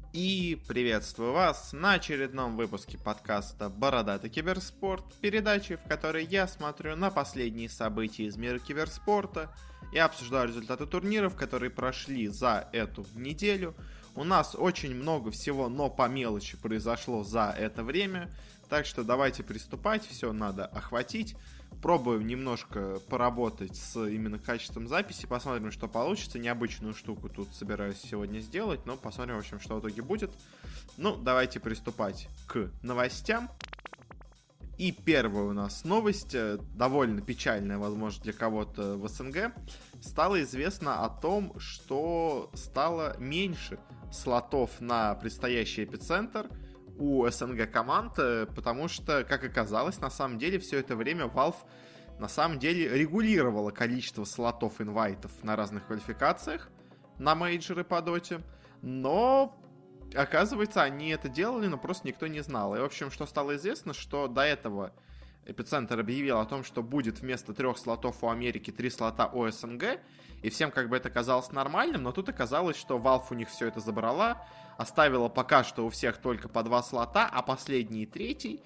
И приветствую вас на очередном выпуске подкаста «Бородатый киберспорт», передачи, в которой я смотрю на последние события из мира киберспорта и обсуждаю результаты турниров, которые прошли за эту неделю. У нас очень много всего, но по мелочи произошло за это время, так что давайте приступать, все надо охватить. Пробуем немножко поработать с именно качеством записи, посмотрим, что получится. Необычную штуку тут собираюсь сегодня сделать, но посмотрим, в общем, что в итоге будет. Ну, давайте приступать к новостям. И первая у нас новость, довольно печальная, возможно, для кого-то в СНГ. Стало известно о том, что стало меньше слотов на предстоящий эпицентр у СНГ команд, потому что, как оказалось, на самом деле все это время Valve на самом деле регулировала количество слотов инвайтов на разных квалификациях на мейджоры по доте, но оказывается, они это делали, но просто никто не знал. И, в общем, что стало известно, что до этого Эпицентр объявил о том, что будет вместо 3 слотов у Америки 3 слота у СНГ, и всем как бы это казалось нормальным, но тут оказалось, что Valve у них все это забрала, оставила пока что у всех только по 2 слота, а последний третий,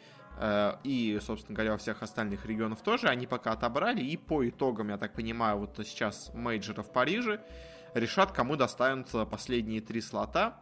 и, собственно говоря, у всех остальных регионов тоже, они пока отобрали, и по итогам, я так понимаю, вот сейчас мейджора в Париже решат, кому достанутся последние 3 слота.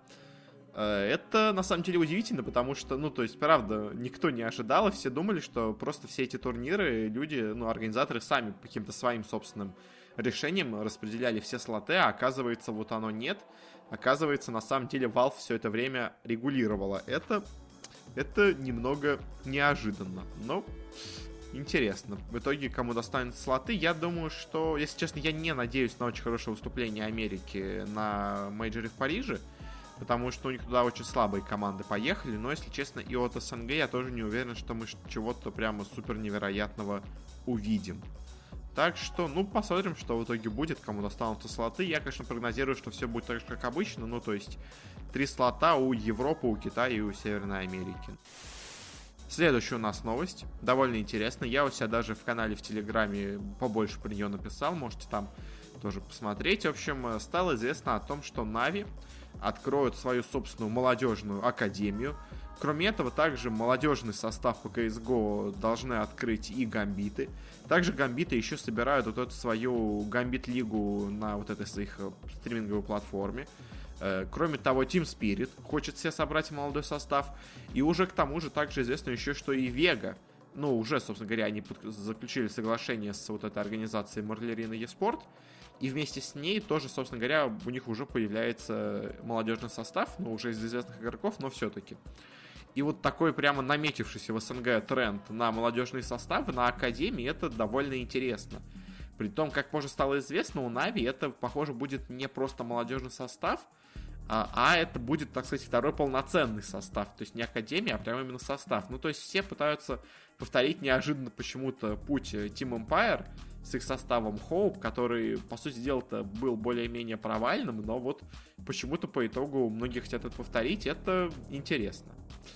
Это, на самом деле, удивительно, потому что, правда, никто не ожидал, и все думали, что просто все эти турниры люди, организаторы сами по каким-то своим собственным решением распределяли все слоты, а оказывается, вот оно нет. Оказывается, на самом деле, Valve все это время регулировала это. Это немного неожиданно, но интересно. В итоге, кому достанутся слоты, я думаю, что, если честно, я не надеюсь на очень хорошее выступление Америки на мейджоре в Париже, потому что у них туда очень слабые команды поехали, но, если честно, и от СНГ я тоже не уверен, что мы чего-то прямо супер невероятного увидим. Так что, посмотрим, что в итоге будет, кому достанутся слоты. Я, конечно, прогнозирую, что все будет так же, как обычно, то есть 3 слота у Европы, у Китая и у Северной Америки. Следующая у нас новость, довольно интересная. Я у себя даже в канале в Телеграме побольше про нее написал, можете там тоже посмотреть. В общем, стало известно о том, что Na'Vi откроют свою собственную молодежную академию. Кроме этого, также молодежный состав по CSGO должны открыть и Гамбиты. Также Гамбиты еще собирают вот эту свою Гамбит-лигу на вот этой своих стриминговой платформе. Кроме того, Team Spirit хочет себе собрать молодой состав. И уже к тому же также известно еще, что и Vega, уже, собственно говоря, они заключили соглашение с вот этой организацией Marlerina eSport. И вместе с ней тоже, собственно говоря, у них уже появляется молодежный состав, уже из известных игроков, но все-таки. И вот такой прямо наметившийся в СНГ тренд на молодежные составы, на академии, это довольно интересно. При том, как позже стало известно, у Na'Vi это, похоже, будет не просто молодежный состав, а это будет, так сказать, второй полноценный состав. То есть не академия, а прямо именно состав. То есть все пытаются повторить неожиданно почему-то путь Team Empire с их составом Hope, который, по сути дела-то, был более-менее провальным, но вот почему-то по итогу многие хотят это повторить, это интересно.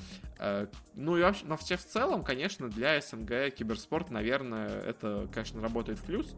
И вообще, но все в целом, конечно, для СНГ киберспорт, наверное, это, конечно, работает в плюс.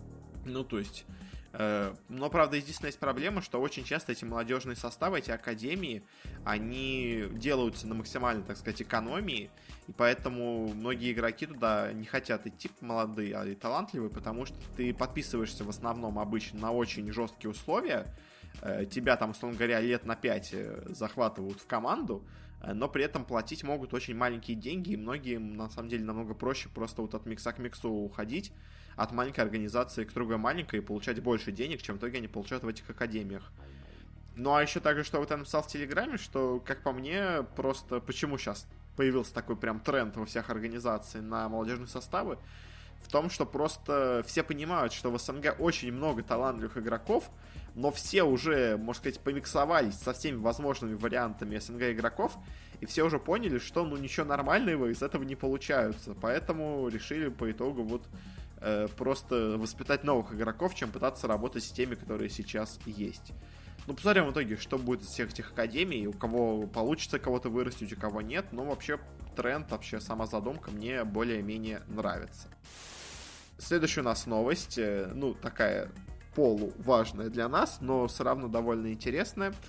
Но, правда, единственная есть проблема, что очень часто эти молодежные составы, эти академии, они делаются на максимальной, так сказать, экономии, и поэтому многие игроки туда не хотят идти молодые, а и талантливые, потому что ты подписываешься в основном обычно на очень жесткие условия, тебя там, условно говоря, лет на 5 захватывают в команду, но при этом платить могут очень маленькие деньги, и многим, на самом деле, намного проще просто вот от микса к миксу уходить, от маленькой организации к другой маленькой и получать больше денег, чем в итоге они получают в этих академиях. А еще также, что вот я написал в Телеграме, что, как по мне, просто почему сейчас появился такой прям тренд во всех организациях на молодежные составы, в том, что просто все понимают, что в СНГ очень много талантливых игроков, но все уже, можно сказать, помиксовались со всеми возможными вариантами СНГ игроков, и все уже поняли, что ничего нормального из этого не получается. Поэтому решили по итогу просто воспитать новых игроков, чем пытаться работать с теми, которые сейчас есть. Посмотрим в итоге, что будет из всех этих академий, у кого получится кого-то вырастить, у кого нет. Вообще тренд, вообще сама задумка мне более-менее нравится. Следующая у нас новость, такая полуважная для нас, но все равно довольно интересная.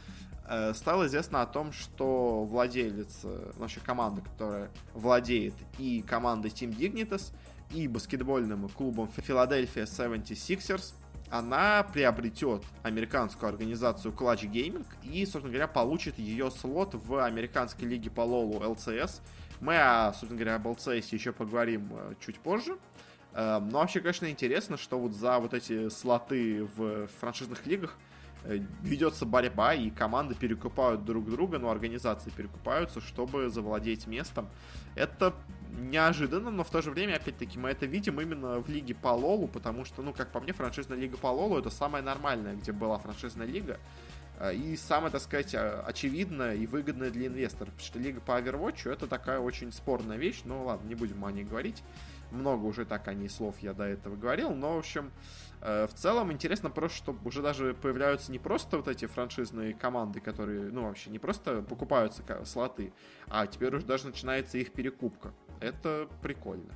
стало известно о том, что владелец, вообще команда, которая владеет и командой Team Dignitas, и баскетбольным клубом Philadelphia 76ers, она приобретет американскую организацию Clutch Gaming и, собственно говоря, получит ее слот в американской лиге по лолу LCS. Мы, собственно говоря, об LCS еще поговорим чуть позже. Но вообще, конечно, интересно, что вот за вот эти слоты в франшизных лигах ведется борьба, и команды перекупают друг друга, но организации перекупаются, чтобы завладеть местом. Это неожиданно, но в то же время, опять-таки, мы это видим именно в лиге по лолу, потому что, ну, как по мне, франшизная лига по лолу — это самая нормальная, где была франшизная лига, и самая, так сказать, очевидная и выгодная для инвесторов, потому что лига по Overwatch — это такая очень спорная вещь, но ладно, не будем о ней говорить, много уже так о ней слов я до этого говорил, но, в общем, в целом интересно просто, что уже даже появляются не просто вот эти франшизные команды, которые, ну, вообще не просто покупаются слоты, а теперь уже даже начинается их перекупка. Это прикольно.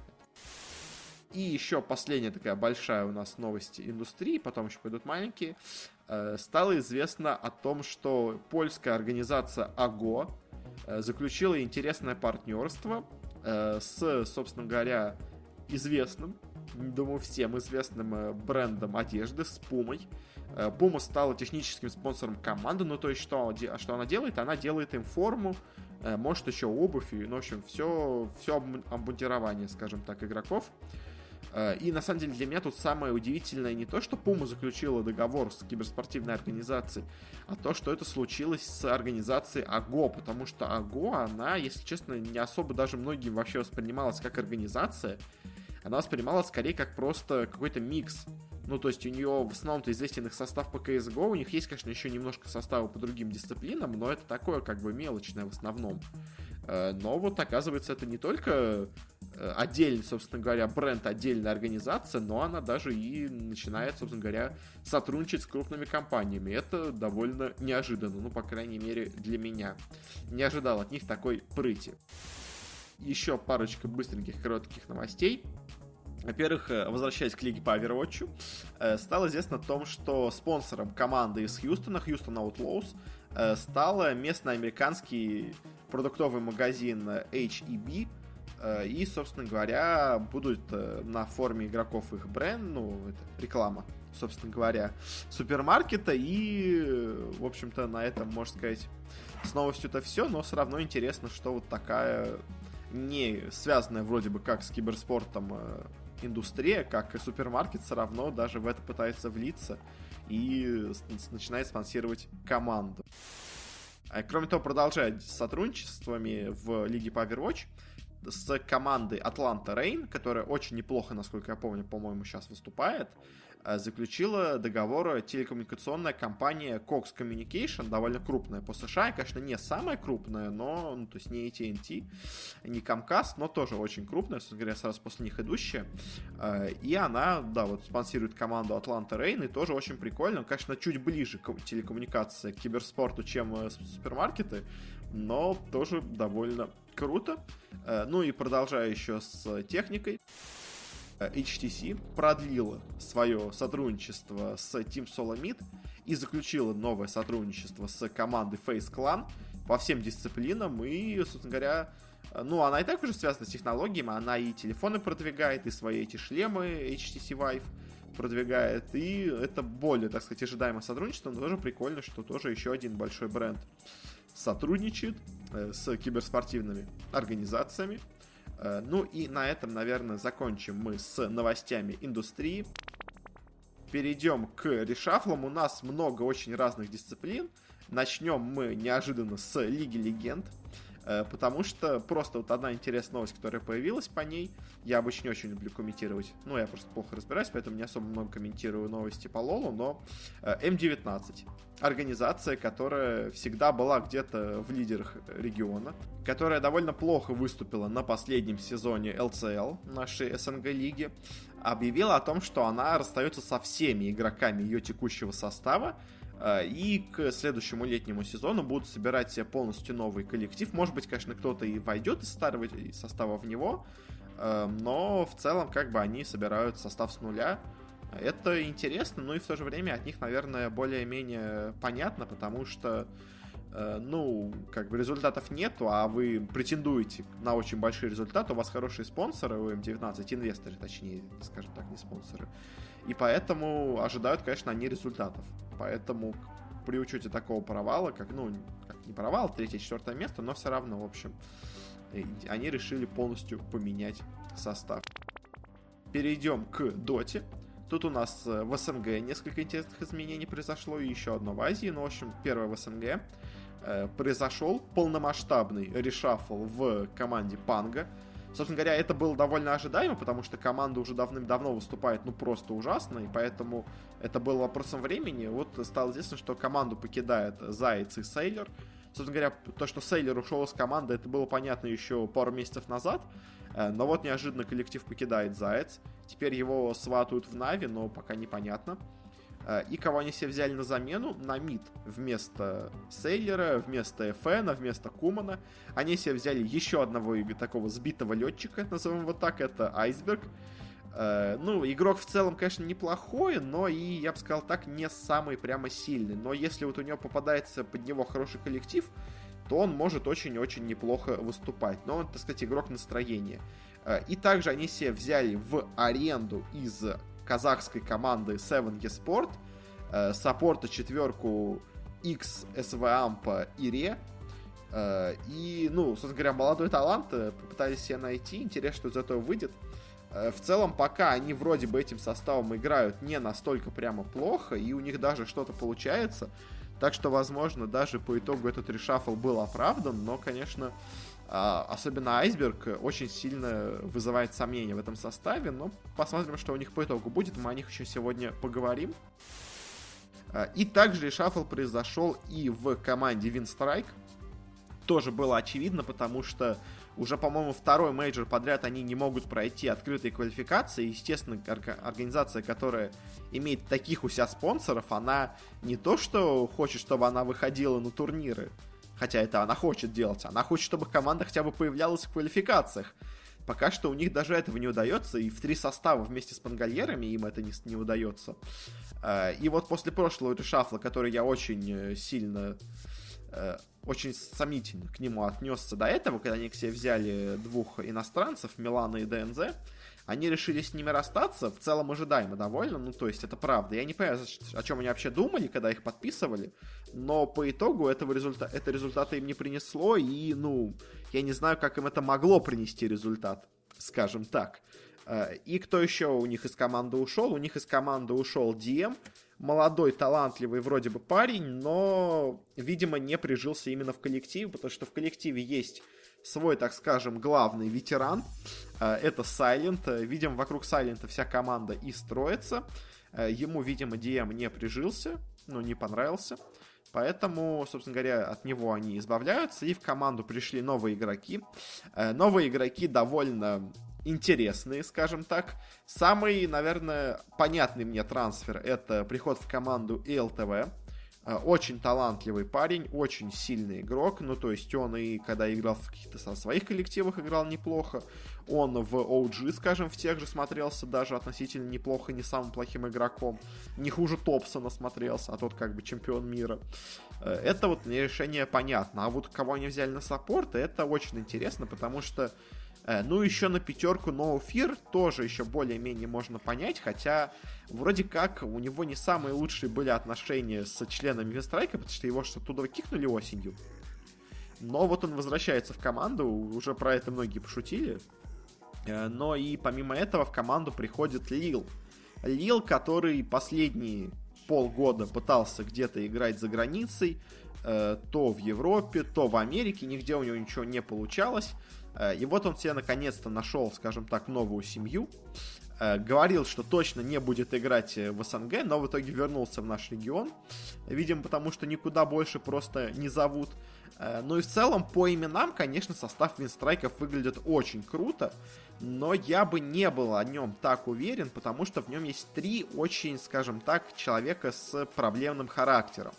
И еще последняя такая большая у нас новость индустрии, потом еще пойдут маленькие. Стало известно о том, что польская организация АГО заключила интересное партнерство с, собственно говоря, известным, думаю, всем известным брендом одежды, с Пумой. Пума стала техническим спонсором команды, ну, то есть, что она делает? Она делает им форму, может, еще обувь, ну, в общем, все обмундирование, скажем так, игроков. И, на самом деле, для меня тут самое удивительное не то, что Puma заключила договор с киберспортивной организацией, а то, что это случилось с организацией АГО, потому что АГО, она, если честно, не особо даже многим вообще воспринималась как организация, она воспринималась скорее как просто какой-то микс. Ну, то есть у нее в основном-то известен их состав по CSGO, у них есть, конечно, еще немножко состава по другим дисциплинам, но это такое как бы мелочное в основном. Но вот оказывается, это не только отдельный, собственно говоря, бренд, отдельная организация, но она даже и начинает, собственно говоря, сотрудничать с крупными компаниями. Это довольно неожиданно, ну, по крайней мере, для меня. Не ожидал от них такой прыти. Еще парочка быстреньких, коротких новостей. Во-первых, возвращаясь к лиге по Overwatch, стало известно о том, что спонсором команды из Хьюстона, Houston Outlaws, стал местный американский продуктовый магазин H-E-B. И, собственно говоря, будут на форме игроков их бренд, ну, это реклама, собственно говоря, супермаркета. И, в общем-то, на этом, можно сказать, с новостью-то все, но все равно интересно, что вот такая не связанная вроде бы как с киберспортом индустрия, как и супермаркет, все равно даже в это пытается влиться и начинает спонсировать команду. Кроме того, продолжает сотрудничествами в лиге по Overwatch с командой Atlanta Reign, которая очень неплохо, насколько я помню, по-моему, сейчас выступает, заключила договор телекоммуникационная компания Cox Communication, довольно крупная по США, конечно, не самая крупная, но, ну, то есть не AT&T, не Comcast, но тоже очень крупная, собственно говоря, сразу после них идущая, и она, да, вот спонсирует команду Atlanta Reign, и тоже очень прикольно, конечно, чуть ближе к телекоммуникации, к киберспорту, чем супермаркеты, но тоже довольно круто. Ну и продолжая еще с техникой, HTC продлила свое сотрудничество с Team Solomid и заключила новое сотрудничество с командой Face Clan по всем дисциплинам. И, собственно говоря, ну, она и так уже связана с технологиями, она и телефоны продвигает, и свои эти шлемы HTC Vive продвигает, и это более, так сказать, ожидаемое сотрудничество, но тоже прикольно, что тоже еще один большой бренд сотрудничает с киберспортивными организациями. Ну и на этом, наверное, закончим мы с новостями индустрии. Перейдем к решафлам. У нас много очень разных дисциплин. Начнем мы неожиданно с Лиги Легенд, потому что просто вот одна интересная новость, которая появилась по ней. Я обычно не очень люблю комментировать, ну, я просто плохо разбираюсь, поэтому не особо много комментирую новости по Лолу, но М19, организация, которая всегда была где-то в лидерах региона, которая довольно плохо выступила на последнем сезоне ЛЦЛ, нашей СНГ-лиги, объявила о том, что она расстается со всеми игроками ее текущего состава, и к следующему летнему сезону будут собирать себе полностью новый коллектив. Может быть, конечно, кто-то и войдет из старого состава в него, но в целом как бы они собирают состав с нуля. Это интересно, но и в то же время от них, наверное, более-менее понятно, потому что ну, как бы результатов нету, а вы претендуете на очень большие результаты, у вас хорошие спонсоры, у М19, инвесторы, точнее, скажем так, не спонсоры, и поэтому ожидают, конечно, они результатов. Поэтому при учете такого провала, как не провал, 3-4 место, но все равно, в общем, они решили полностью поменять состав. Перейдем к Доте. Тут у нас в СНГ несколько интересных изменений произошло, и еще одно в Азии. Ну, в общем, первое в СНГ. Произошел полномасштабный решафл в команде Панга. Собственно говоря, это было довольно ожидаемо, потому что команда уже давным-давно выступает, ну, просто ужасно, и поэтому это было вопросом времени. Вот стало известно, что команду покидает Заяц и Сейлер. Собственно говоря, то, что Сейлер ушел из команды, это было понятно еще пару месяцев назад. Но вот неожиданно коллектив покидает Заяц. Теперь его сватают в Нави, но пока непонятно. И кого они себе взяли на замену? На мид. Вместо Сейлера, вместо ФН, вместо Кумана. Они себе взяли еще одного такого сбитого летчика, назовем его так, это Айсберг. Ну, игрок в целом, конечно, неплохой, но и, я бы сказал так, не самый прямо сильный. Но если вот у него попадается под него хороший коллектив, то он может очень-очень неплохо выступать. Но он, так сказать, игрок настроения. И также они себе взяли в аренду из казахской команды 7 eSport саппорта четверку X, SVAMP и Ре. И, ну, собственно говоря, молодой талант попытались себе найти. Интересно, что из этого выйдет. В целом, пока они вроде бы этим составом играют не настолько прямо плохо, и у них даже что-то получается. Так что, возможно, даже по итогу этот решафл был оправдан, но, конечно, особенно Айсберг очень сильно вызывает сомнения в этом составе, но посмотрим, что у них по итогу будет, мы о них еще сегодня поговорим. И также решафл произошел и в команде Winstrike. Тоже было очевидно, потому что уже, по-моему, второй мейджор подряд они не могут пройти открытые квалификации. Естественно, организация, которая имеет таких у себя спонсоров, она не то, что хочет, чтобы она выходила на турниры, хотя это она хочет делать, она хочет, чтобы команда хотя бы появлялась в квалификациях. Пока что у них даже этого не удается, и в 3 состава вместе с пангольерами им это не удается. И вот после прошлого решафла, который я очень сильно... очень сомнительно к нему отнесся до этого, когда они к себе взяли 2 иностранцев, Милана и ДНЗ, они решили с ними расстаться, в целом ожидаемо довольно, ну, то есть это правда. Я не понимаю, о чем они вообще думали, когда их подписывали, но по итогу это результата им не принесло, и, ну, я не знаю, как им это могло принести результат, скажем так. И кто еще у них из команды ушел? У них из команды ушел DM, молодой, талантливый вроде бы парень, но, видимо, не прижился именно в коллективе, потому что в коллективе есть свой, так скажем, главный ветеран. Это Silent. Видимо, вокруг Silent вся команда и строится. Ему, видимо, DM не прижился, ну, не понравился. Поэтому, собственно говоря, от него они избавляются. И в команду пришли новые игроки. Новые игроки довольно интересные, скажем так. Самый, наверное, понятный мне трансфер — это приход в команду ELTV. Очень талантливый парень, очень сильный игрок. Ну, то есть он и когда играл в каких-то своих коллективах, играл неплохо. Он в OG, скажем, в тех же смотрелся даже относительно неплохо, не самым плохим игроком. Не хуже Топсона смотрелся, а тот как бы чемпион мира. Это вот решение понятно. А вот кого они взяли на саппорт, это очень интересно, потому что ну, еще на 5 No Fear тоже еще более-менее можно понять, хотя вроде как у него не самые лучшие были отношения с членами Винстрайка, потому что его что-то туда кикнули осенью. Но вот он возвращается в команду, уже про это многие пошутили. Но и помимо этого в команду приходит Лил. Лил, который последние полгода пытался где-то играть за границей, то в Европе, то в Америке, нигде у него ничего не получалось. И вот он себе наконец-то нашел, скажем так, новую семью. Говорил, что точно не будет играть в СНГ, но в итоге вернулся в наш регион. Видимо, потому что никуда больше просто не зовут. Ну и в целом, по именам, конечно, состав Винстрайков выглядит очень круто. Но я бы не был о нем так уверен, потому что в нем есть 3 очень, скажем так, человека с проблемным характером.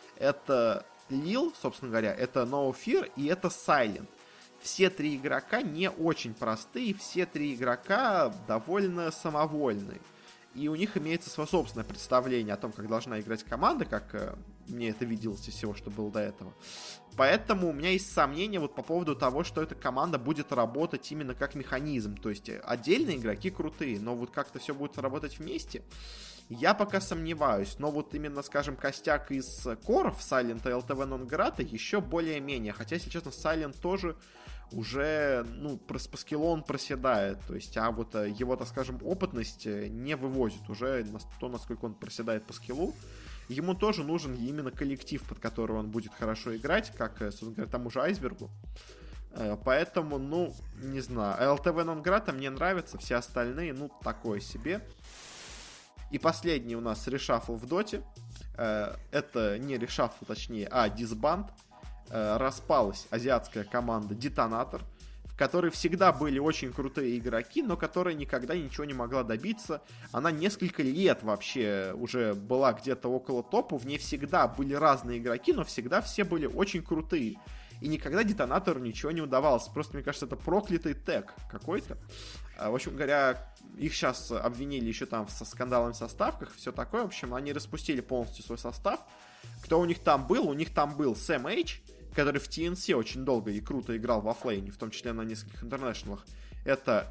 Это Lil, собственно говоря, это No Fear и это Silent. Все 3 игрока не очень простые, все 3 игрока довольно самовольные. И у них имеется свое собственное представление о том, как должна играть команда, как мне это виделось из всего, что было до этого. Поэтому у меня есть сомнения вот по поводу того, что эта команда будет работать именно как механизм. То есть отдельные игроки крутые, но вот как-то все будет работать вместе. Я пока сомневаюсь, но вот именно, скажем, костяк из коров Silent и LTV Non-Grata еще более-менее. Хотя, если честно, Silent тоже уже, по скиллу он проседает. То есть, а вот его, так скажем, опытность не вывозит уже то, насколько он проседает по скиллу. Ему тоже нужен именно коллектив, под который он будет хорошо играть, как, собственно говоря, тому же Айсбергу. Поэтому, не знаю. LTV Non-Grata мне нравится, все остальные, такое себе. И последний у нас решафл в доте. Это не решафл, точнее, а дисбанд. Распалась азиатская команда Детонатор, в которой всегда были очень крутые игроки, но которая никогда ничего не могла добиться. Она несколько лет вообще уже была где-то около топа. В ней всегда были разные игроки, но всегда все были очень крутые. И никогда Детонатору ничего не удавалось. Просто, мне кажется, это проклятый тег какой-то. В общем говоря, их сейчас обвинили еще там со скандалами в составках, все такое. В общем, они распустили полностью свой состав. Кто у них там был? У них там был Сэм Эйч, который в TNC очень долго и круто играл во флейне, в том числе на нескольких интернешнлах. Это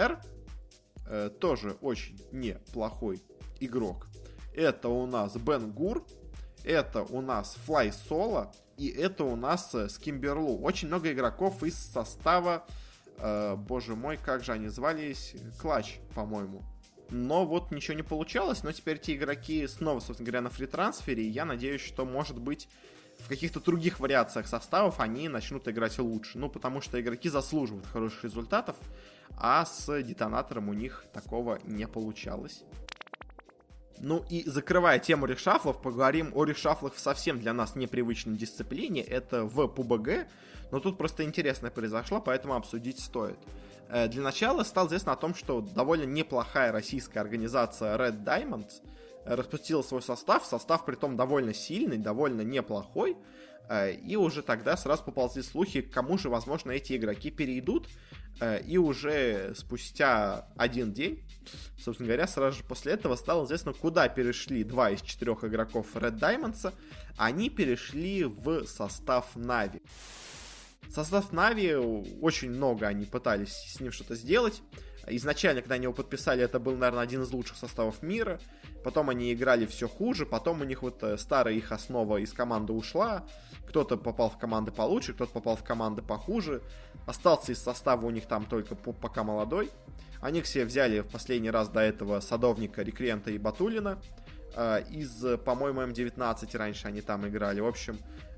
РР, тоже очень неплохой игрок. Это у нас Бен Гур, это у нас Флай Соло, и это у нас Скимберлу. Очень много игроков из состава, боже мой, как же они звались? Клатч, по-моему. Но вот ничего не получалось, но теперь эти игроки снова, собственно говоря, на фри-трансфере, и я надеюсь, что, может быть, в каких-то других вариациях составов они начнут играть лучше. Потому что игроки заслуживают хороших результатов, а с Детонатором у них такого не получалось. И закрывая тему решафлов, поговорим о решафлах в совсем для нас непривычной дисциплине. Это в PUBG, но тут просто интересное произошло, поэтому обсудить стоит. Для начала стало известно о том, что довольно неплохая российская организация Red Diamonds распустила свой состав притом довольно сильный, довольно неплохой, и уже тогда сразу поползли слухи, к кому же, возможно, эти игроки перейдут, и уже спустя один день, собственно говоря, сразу же после этого стало известно, куда перешли 2 из 4 игроков Red Diamonds. Они перешли в состав Na'Vi. Состав Na'Vi, очень много они пытались с ним что-то сделать. Изначально, когда они его подписали, это был, наверное, один из лучших составов мира. Потом они играли все хуже. Потом у них вот старая их основа из команды ушла. Кто-то попал в команды получше, кто-то попал в команды похуже. Остался из состава у них там только пока молодой. Они к себе взяли в последний раз до этого Садовника, Рекрента и Батулина. Из, по-моему, М19 раньше они там играли. В общем,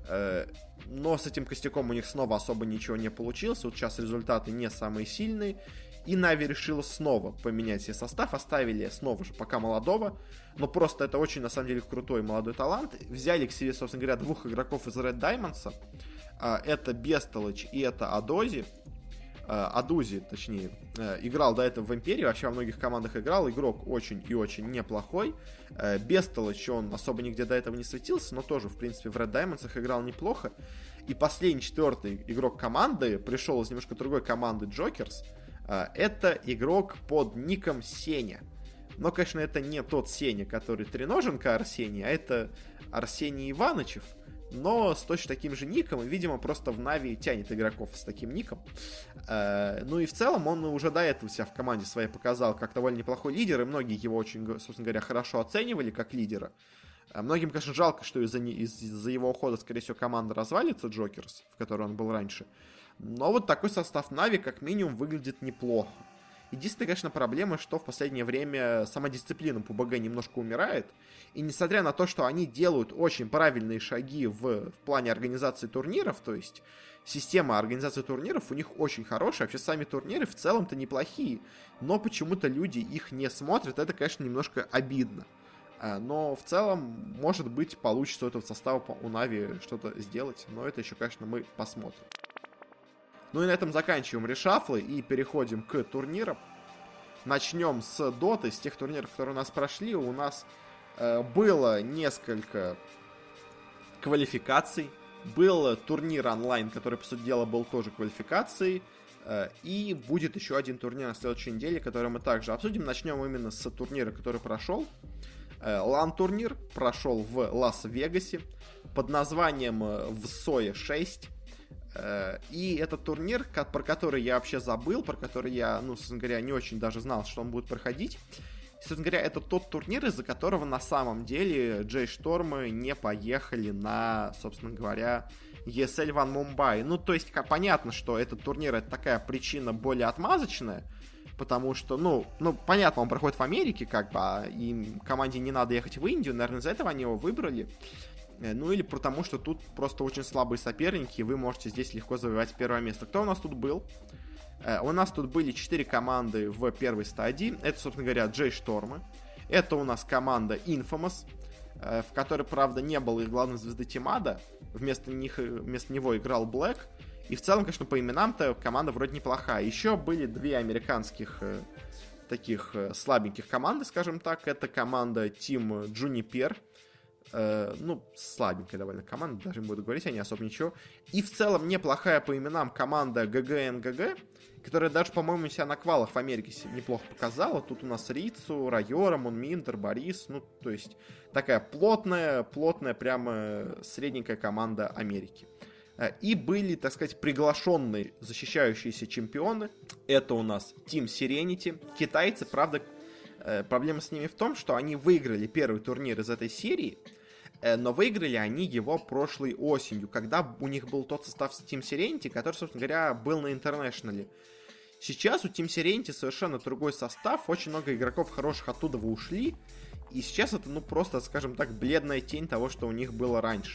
но с этим костяком у них снова особо ничего не получилось. Вот сейчас результаты не самые сильные. И Na'Vi решила снова поменять себе состав. Оставили снова же пока молодого. Но просто это очень, на самом деле, крутой молодой талант. Взяли к себе, собственно говоря, 2 игроков из Red Diamonds. Это Бестолыч и это Адози. Адузи, точнее, играл до этого в Империи, вообще во многих командах играл. Игрок очень и очень неплохой. Бестолыч, он особо нигде до этого не светился, но тоже, в принципе, в Red Diamonds играл неплохо. И последний, 4-й игрок команды пришел из немножко другой команды Jokers. Это игрок под ником Сеня. Но, конечно, это не тот Сеня, который треноженка Арсений, а это Арсений Иванычев. Но с точно таким же ником, и, видимо, просто в Na'Vi тянет игроков с таким ником. И в целом он уже до этого себя в команде своей показал как довольно неплохой лидер, и многие его очень, собственно говоря, хорошо оценивали как лидера. Многим, конечно, жалко, что из-за его ухода, скорее всего, команда развалится, Джокерс, в которой он был раньше. Но вот такой состав Na'Vi как минимум выглядит неплохо. Единственная, конечно, проблема, что в последнее время сама дисциплина PUBG немножко умирает. И несмотря на то, что они делают очень правильные шаги в плане организации турниров, то есть система организации турниров у них очень хорошая, вообще сами турниры в целом-то неплохие, но почему-то люди их не смотрят, это, конечно, немножко обидно. Но в целом, может быть, получится у этого состава у Na'Vi что-то сделать, но это еще, конечно, мы посмотрим. И на этом заканчиваем решафлы и переходим к турнирам. Начнем с доты, с тех турниров, которые у нас прошли. У нас было несколько квалификаций. Был турнир онлайн, который, по сути дела, был тоже квалификацией. И будет еще один турнир на следующей неделе, который мы также обсудим. Начнем именно с турнира, который прошел. LAN-турнир прошел в Лас-Вегасе под названием VSOE 6. И этот турнир, про который я вообще забыл, про который я, собственно говоря, не очень даже знал, что он будет проходить. Собственно говоря, это тот турнир, из-за которого на самом деле Джей Штормы не поехали на, собственно говоря, ESL One Mumbai. То есть, понятно, что этот турнир — это такая причина более отмазочная, потому что, понятно, он проходит в Америке, а им команде не надо ехать в Индию, наверное, из-за этого они его выбрали. Или потому, что тут просто очень слабые соперники, и вы можете здесь легко завоевать первое место. Кто у нас тут был? У нас тут были 4 команды в первой стадии. Это, собственно говоря, Джей Штормы. Это у нас команда Infamous, в которой, правда, не было их главной звезды Тимада. Вместо него играл Блэк. И в целом, конечно, по именам-то команда вроде неплохая. Еще были 2 американских таких слабеньких команды, скажем так. Это команда Team Juniper. Слабенькая довольно команда, даже не буду говорить, они особо ничего. И в целом неплохая по именам команда ГГНГГ, которая даже, по-моему, себя на квалах в Америке неплохо показала. Тут у нас Рицу, Райора, Мунминтер, Борис. То есть такая плотная, прямо средненькая команда Америки. И были, так сказать, приглашенные защищающиеся чемпионы. Это у нас Team Serenity. Китайцы, правда, проблема с ними в том, что они выиграли первый турнир из этой серии, но выиграли они его прошлой осенью, когда у них был тот состав Team Serenity, который, собственно говоря, был на Интернешнале. Сейчас у Team Serenity совершенно другой состав, очень много игроков хороших оттуда ушли, и сейчас это, просто, скажем так, бледная тень того, что у них было раньше.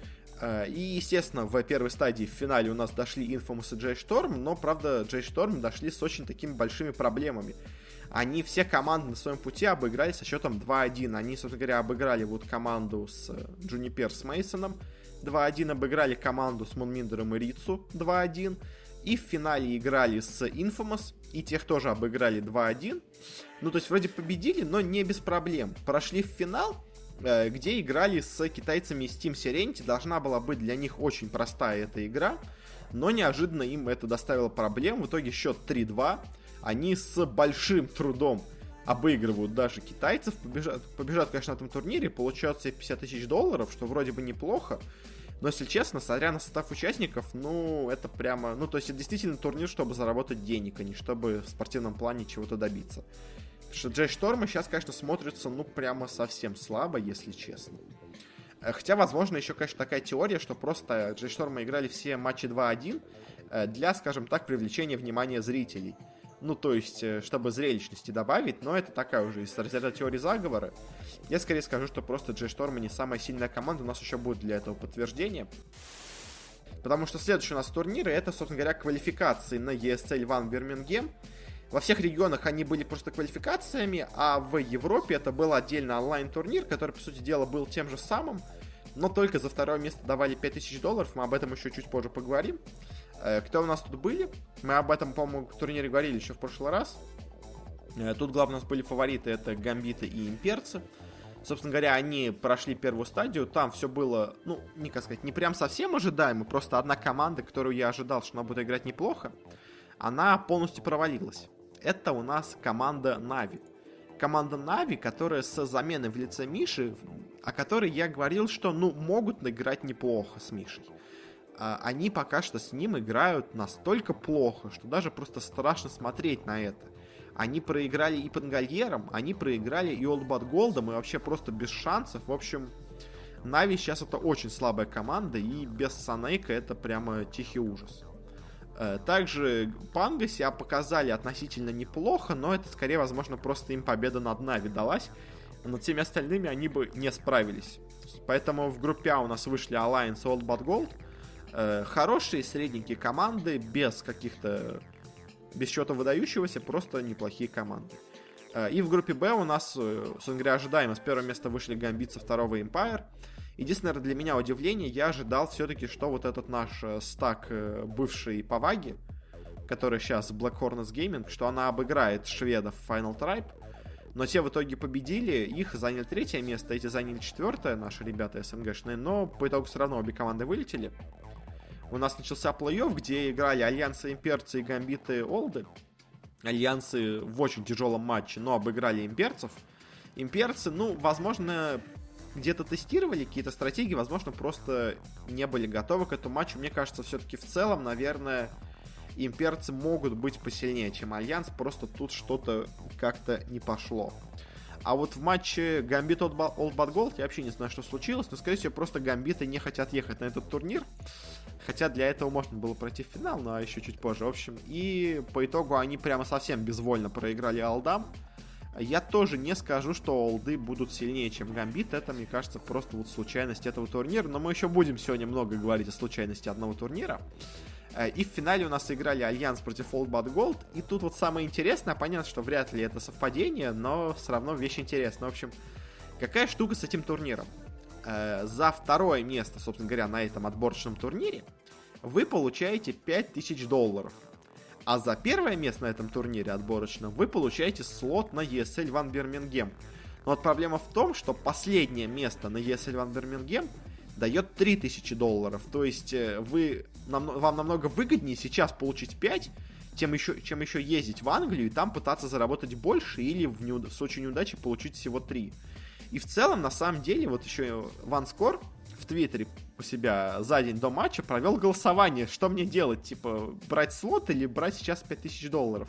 И, естественно, в первой стадии в финале у нас дошли Infamous и Джей Шторм, но, правда, Джей Шторм дошли с очень такими большими проблемами. Они все команды на своем пути обыграли со счетом 2-1. Они, собственно говоря, обыграли вот команду с Juniper с Мейсоном 2-1, обыграли команду с Мунминдером и Рицу 2-1. И в финале играли с Infamous, и тех тоже обыграли 2-1. То есть вроде победили, но не без проблем. Прошли в финал, где играли с китайцами из Team Serenity. Должна была быть для них очень простая эта игра, но неожиданно им это доставило проблем. В итоге счет 3-2. Они с большим трудом обыгрывают даже китайцев. Побежат, конечно, на этом турнире. Получают себе $50 тысяч, что вроде бы неплохо. Но, если честно, смотря на состав участников, это прямо... то есть, это действительно турнир, чтобы заработать денег, а не чтобы в спортивном плане чего-то добиться. Потому что Джей Штормы сейчас, конечно, смотрятся, прямо совсем слабо, если честно. Хотя, возможно, еще, конечно, такая теория, что просто Джей Штормы играли все матчи 2-1 для, скажем так, привлечения внимания зрителей. То есть, чтобы зрелищности добавить, но это такая уже из разряда теории заговора. Я скорее скажу, что просто Джей Штормы не самая сильная команда, у нас еще будет для этого подтверждение. Потому что следующие у нас турниры, это, собственно говоря, квалификации на ESL One Birmingham. Во всех регионах они были просто квалификациями, а в Европе это был отдельно онлайн-турнир, который, по сути дела, был тем же самым, но только за второе место давали $5000, мы об этом еще чуть позже поговорим. Кто у нас тут были? Мы об этом, по-моему, в турнире говорили еще в прошлый раз. Тут, главное, у нас были фавориты, это Гамбиты и Имперцы. Собственно говоря, они прошли первую стадию, там все было, не прям совсем ожидаемо, просто одна команда, которую я ожидал, что она будет играть неплохо, она полностью провалилась. Это у нас команда Нави. Команда Нави, которая с заменой в лице Миши, о которой я говорил, что, могут играть неплохо с Мишей. Они пока что с ним играют настолько плохо, что даже просто страшно смотреть на это. Они проиграли и Пангальером, они проиграли и Old Bad Gold'ом, и вообще просто без шансов. В общем, Нави сейчас это очень слабая команда, и без Санейка это прямо тихий ужас. Также Панго себя показали относительно неплохо, но это скорее, возможно, просто им победа над Нави далась. Над всеми остальными они бы не справились. Поэтому в группе А у нас вышли Alliance и Old Bad Gold. Хорошие средненькие команды, без чего-то выдающегося, просто неплохие команды. И в группе Б у нас, собственно говоря, ожидаемо с первого места вышли Гамбит, со второго Empire. Единственное, для меня удивление, я ожидал все-таки, что вот этот наш стак бывшей Поваги, который сейчас Black Hornets Gaming, что она обыграет шведов в Final Tribe. Но те в итоге победили, их заняли 3-е место, эти заняли 4-е, наши ребята СНГшные, но по итогу все равно обе команды вылетели. У нас начался плей-офф, где играли Альянсы, Имперцы и Гамбиты Олды. Альянсы в очень тяжелом матче, но обыграли имперцев. Имперцы, ну, возможно, где-то тестировали какие-то стратегии, возможно, просто не были готовы к этому матчу. Мне кажется, все-таки в целом, наверное, имперцы могут быть посильнее, чем Альянс, просто тут что-то как-то не пошло. А вот в матче Gambit Old Bad Gold я вообще не знаю, что случилось, но, скорее всего, просто гамбиты не хотят ехать на этот турнир, хотя для этого можно было пройти в финал, но еще чуть позже, в общем. И по итогу они прямо совсем безвольно проиграли Алдам. Я тоже не скажу, что олды будут сильнее, чем Гамбит. Это, мне кажется, просто вот случайность этого турнира. Но мы еще будем сегодня много говорить о случайности одного турнира. И в финале у нас играли Альянс против Old Bad Gold. И тут вот самое интересное, понятно, что вряд ли это совпадение, но все равно вещь интересная. В общем, какая штука с этим турниром? За второе место, собственно говоря, на этом отборочном турнире вы получаете $5000. А за первое место на этом турнире отборочном вы получаете слот на ESL One Birmingham. Но вот проблема в том, что последнее место на ESL One Birmingham дает $3000. То есть вам намного выгоднее сейчас получить 5, чем еще ездить в Англию и там пытаться заработать больше или в случае неудачи получить всего 3. И в целом, на самом деле, вот еще OneScore в Твиттере у себя за день до матча провел голосование, что мне делать, типа, брать слот или брать сейчас $5000.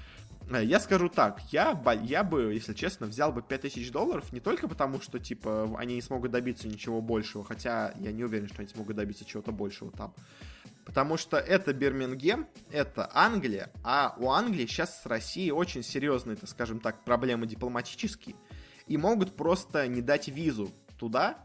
Я скажу так, я бы, если честно, взял бы $5000 не только потому, что, типа, они не смогут добиться ничего большего, хотя я не уверен, что они смогут добиться чего-то большего там. Потому что это Бирмингем, это Англия, а у Англии сейчас с Россией очень серьезные, так скажем так, проблемы дипломатические, и могут просто не дать визу туда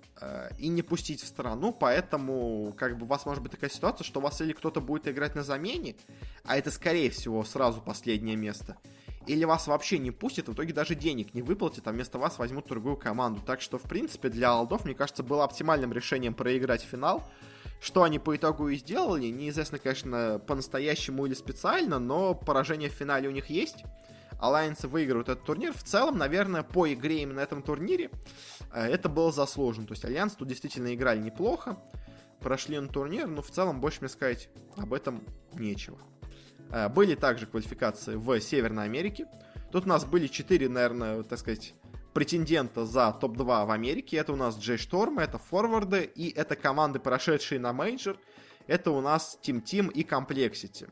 и не пустить в страну, поэтому как бы у вас может быть такая ситуация, что у вас или кто-то будет играть на замене, а это скорее всего сразу последнее место, или вас вообще не пустят, в итоге даже денег не выплатят, а вместо вас возьмут другую команду. Так что, в принципе, для алдов, мне кажется, было оптимальным решением проиграть финал, что они по итогу и сделали. Неизвестно, конечно, по-настоящему или специально, но поражение в финале у них есть. Alliance выигрывают этот турнир. В целом, наверное, по игре именно на этом турнире это было заслуженно. То есть Alliance тут действительно играли неплохо, прошли на турнир, но в целом больше мне сказать об этом нечего. Были также квалификации в Северной Америке. Тут у нас были 4, наверное, так сказать, претендента за топ-2 в Америке. Это у нас J-Storm, это форварды, и это команды, прошедшие на мейджор. Это у нас Team Team и Complexity.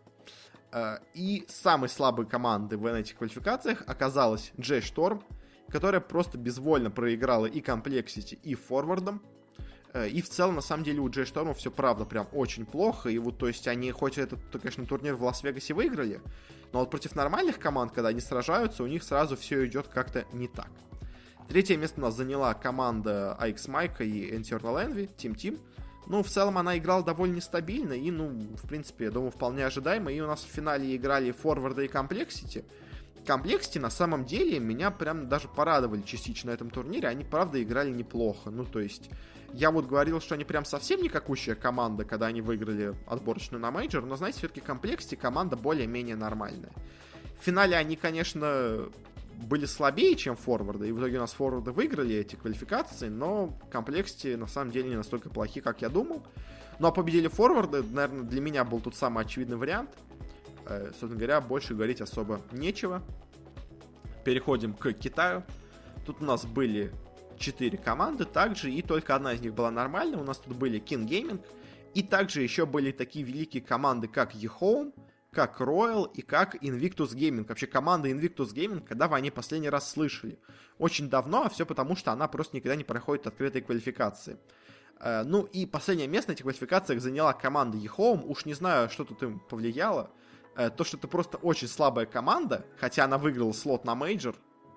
И самой слабой командой в этих квалификациях оказалась J-Storm, которая просто безвольно проиграла и Complexity, и форвардам. И в целом, на самом деле, у J-Storm все правда прям очень плохо. И вот, то есть, они хоть этот, конечно, турнир в Лас-Вегасе выиграли, но вот против нормальных команд, когда они сражаются, у них сразу все идет как-то не так. Третье место у нас заняла команда AX Mike и Eternal Envy, Team Team. Ну, в целом, она играла довольно нестабильно и, ну, в принципе, я думаю, вполне ожидаемо. И у нас в финале играли форварды и Complexity. Complexity, на самом деле, меня прям даже порадовали частично на этом турнире. Они, правда, играли неплохо. Ну, то есть, я вот говорил, что они прям совсем никакущая команда, когда они выиграли отборочную на мейджор. Но, знаете, все-таки Complexity команда более-менее нормальная. В финале они, конечно, были слабее, чем форварды, и в итоге у нас форварды выиграли эти квалификации, но Complexity на самом деле не настолько плохи, как я думал. Ну а победили форварды, наверное, для меня был тут самый очевидный вариант. Собственно говоря, больше говорить особо нечего. Переходим к Китаю. Тут у нас были 4 команды также, и только одна из них была нормальная. У нас тут были King Gaming, и также еще были такие великие команды, как eHome, как Royal и как Invictus Gaming. Вообще команда Invictus Gaming, когда вы о ней последний раз слышали? Очень давно, а все потому, что она просто никогда не проходит открытой квалификации. Ну и последнее место на этих квалификациях заняла команда eHome. Уж не знаю, что тут им повлияло. То, что это просто очень слабая команда, хотя она выиграла слот на мейджор.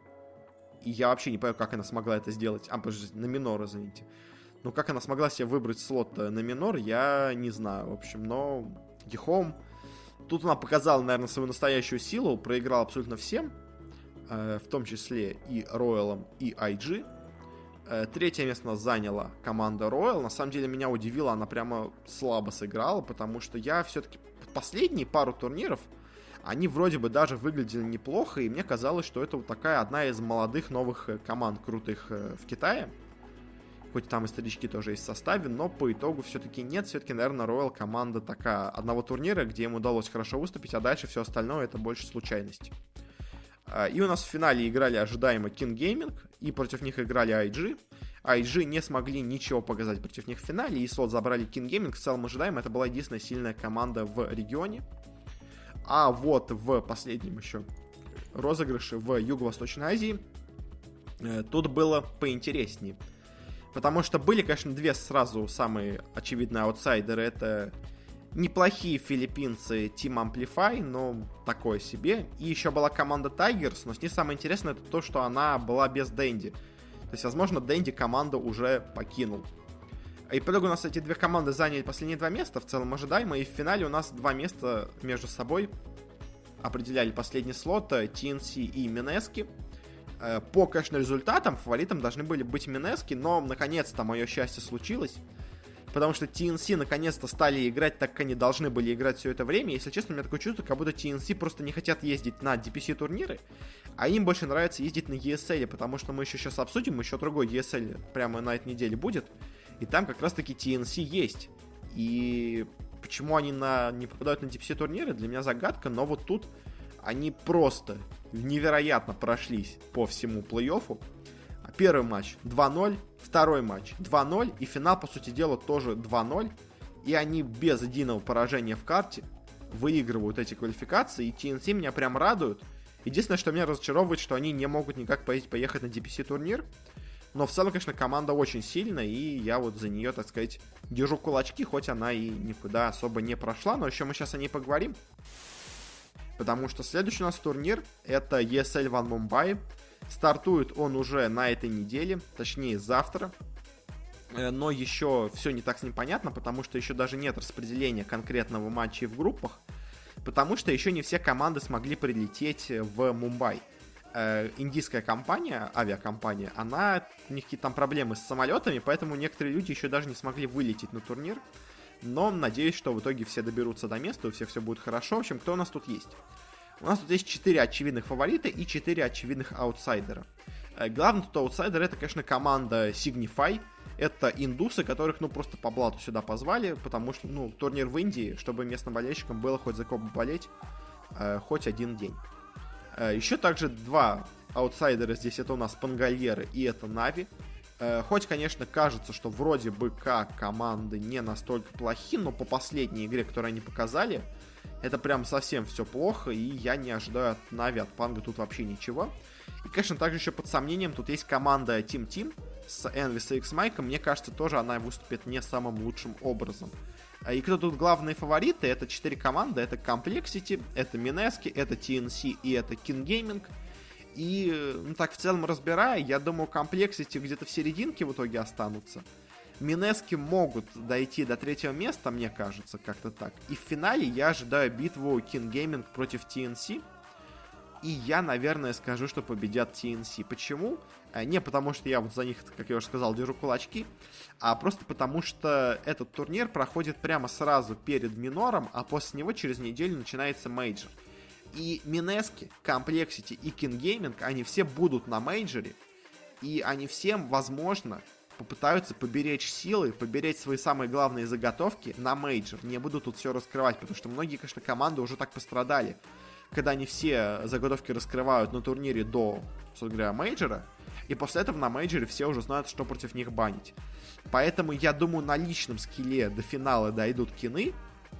И я вообще не понимаю, как она смогла это сделать. Подождите, на минор, извините. Ну, как она смогла себе выбрать слот на минор, я не знаю. В общем, но eHome... Тут она показала, наверное, свою настоящую силу, проиграла абсолютно всем, в том числе и Royal, и IG. Третье место у нас заняла команда Royal. На самом деле меня удивило, она прямо слабо сыграла, потому что я все-таки последние пару турниров, они вроде бы даже выглядели неплохо, и мне казалось, что это вот такая одна из молодых новых команд крутых в Китае. Хоть там и старички тоже есть в составе, но по итогу все-таки нет. Все-таки, наверное, Royal команда такая одного турнира, где им удалось хорошо выступить, а дальше все остальное это больше случайность. И у нас в финале играли ожидаемо King Gaming, и против них играли IG. IG не смогли ничего показать против них в финале, и слот забрали King Gaming. В целом ожидаемо, это была единственная сильная команда в регионе. А вот в последнем еще розыгрыше в Юго-Восточной Азии тут было поинтереснее. Потому что были, конечно, две сразу самые очевидные аутсайдеры. Это неплохие филиппинцы Team Amplify, но такое себе. И еще была команда Tigers, но с ней самое интересное это то, что она была без Дэнди. То есть, возможно, Дэнди команду уже покинул. И по итогу у нас эти две команды заняли последние два места, в целом ожидаемо. И в финале у нас два места между собой определяли последний слот TNC и Минески. По, конечно, результатам фаворитом должны были быть Минески, но наконец-то мое счастье случилось. Потому что TNC наконец-то стали играть так, как они должны были играть все это время. Если честно, у меня такое чувство, как будто TNC просто не хотят ездить на DPC-турниры, а им больше нравится ездить на ESL, потому что мы еще сейчас обсудим, еще другой ESL прямо на этой неделе будет, и там как раз-таки TNC есть. И почему они не попадают на DPC-турниры, для меня загадка, но вот тут они просто невероятно прошлись по всему плей-оффу. Первый матч 2-0, второй матч 2-0, и финал, по сути дела, тоже 2-0. И они без единого поражения в карте выигрывают эти квалификации, и TNC меня прям радуют. Единственное, что меня разочаровывает, что они не могут никак поехать на DPC-турнир. Но в целом, конечно, команда очень сильная, и я вот за нее, так сказать, держу кулачки, хоть она и никуда особо не прошла. Но еще мы сейчас о ней поговорим. Потому что следующий у нас турнир — это ESL One Mumbai. Стартует он уже на этой неделе, точнее завтра. Но еще все не так с ним понятно, потому что еще даже нет распределения конкретного матча в группах. Потому что еще не все команды смогли прилететь в Мумбай. Индийская компания, авиакомпания, у них какие-то там проблемы с самолетами, поэтому некоторые люди еще даже не смогли вылететь на турнир. Но надеюсь, что в итоге все доберутся до места, у всех все будет хорошо. В общем, кто у нас тут есть? У нас тут есть 4 очевидных фаворита и 4 очевидных аутсайдера. Главный тут аутсайдер — это, конечно, команда Signify. Это индусы, которых, просто по блату сюда позвали, потому что, турнир в Индии, чтобы местным болельщикам было хоть за кого болеть, хоть один день. Еще также два аутсайдера здесь — это у нас Пангальеры и это Нави. Хоть, конечно, кажется, что вроде бы как команды не настолько плохи, но по последней игре, которую они показали, это прям совсем все плохо, и я не ожидаю от Нави, от Панга тут вообще ничего. И, конечно, также еще под сомнением тут есть команда Team Team с Envys и X-Mike. Мне кажется, тоже она выступит не самым лучшим образом. И кто тут главные фавориты? Это 4 команды. Это Complexity, это Минески, это TNC и это King Gaming. И, так в целом разбирая, я думаю, Complexity где-то в серединке в итоге останутся. Минески могут дойти до третьего места, мне кажется, как-то так. И в финале я ожидаю битву King Gaming против TNC. И я, наверное, скажу, что победят TNC. Почему? Не потому, что я вот за них, как я уже сказал, держу кулачки, а просто потому, что этот турнир проходит прямо сразу перед минором, а после него через неделю начинается мейджор. И Минески, Complexity и King Gaming, они все будут на мейджоре, и они всем, возможно, попытаются поберечь силы, поберечь свои самые главные заготовки на мейджор. Не буду тут все раскрывать, потому что многие, конечно, команды уже так пострадали, когда они все заготовки раскрывают на турнире до, собственно говоря, мейджора, и после этого на мейджоре все уже знают, что против них банить. Поэтому, я думаю, на личном скилле до финала дойдут кины,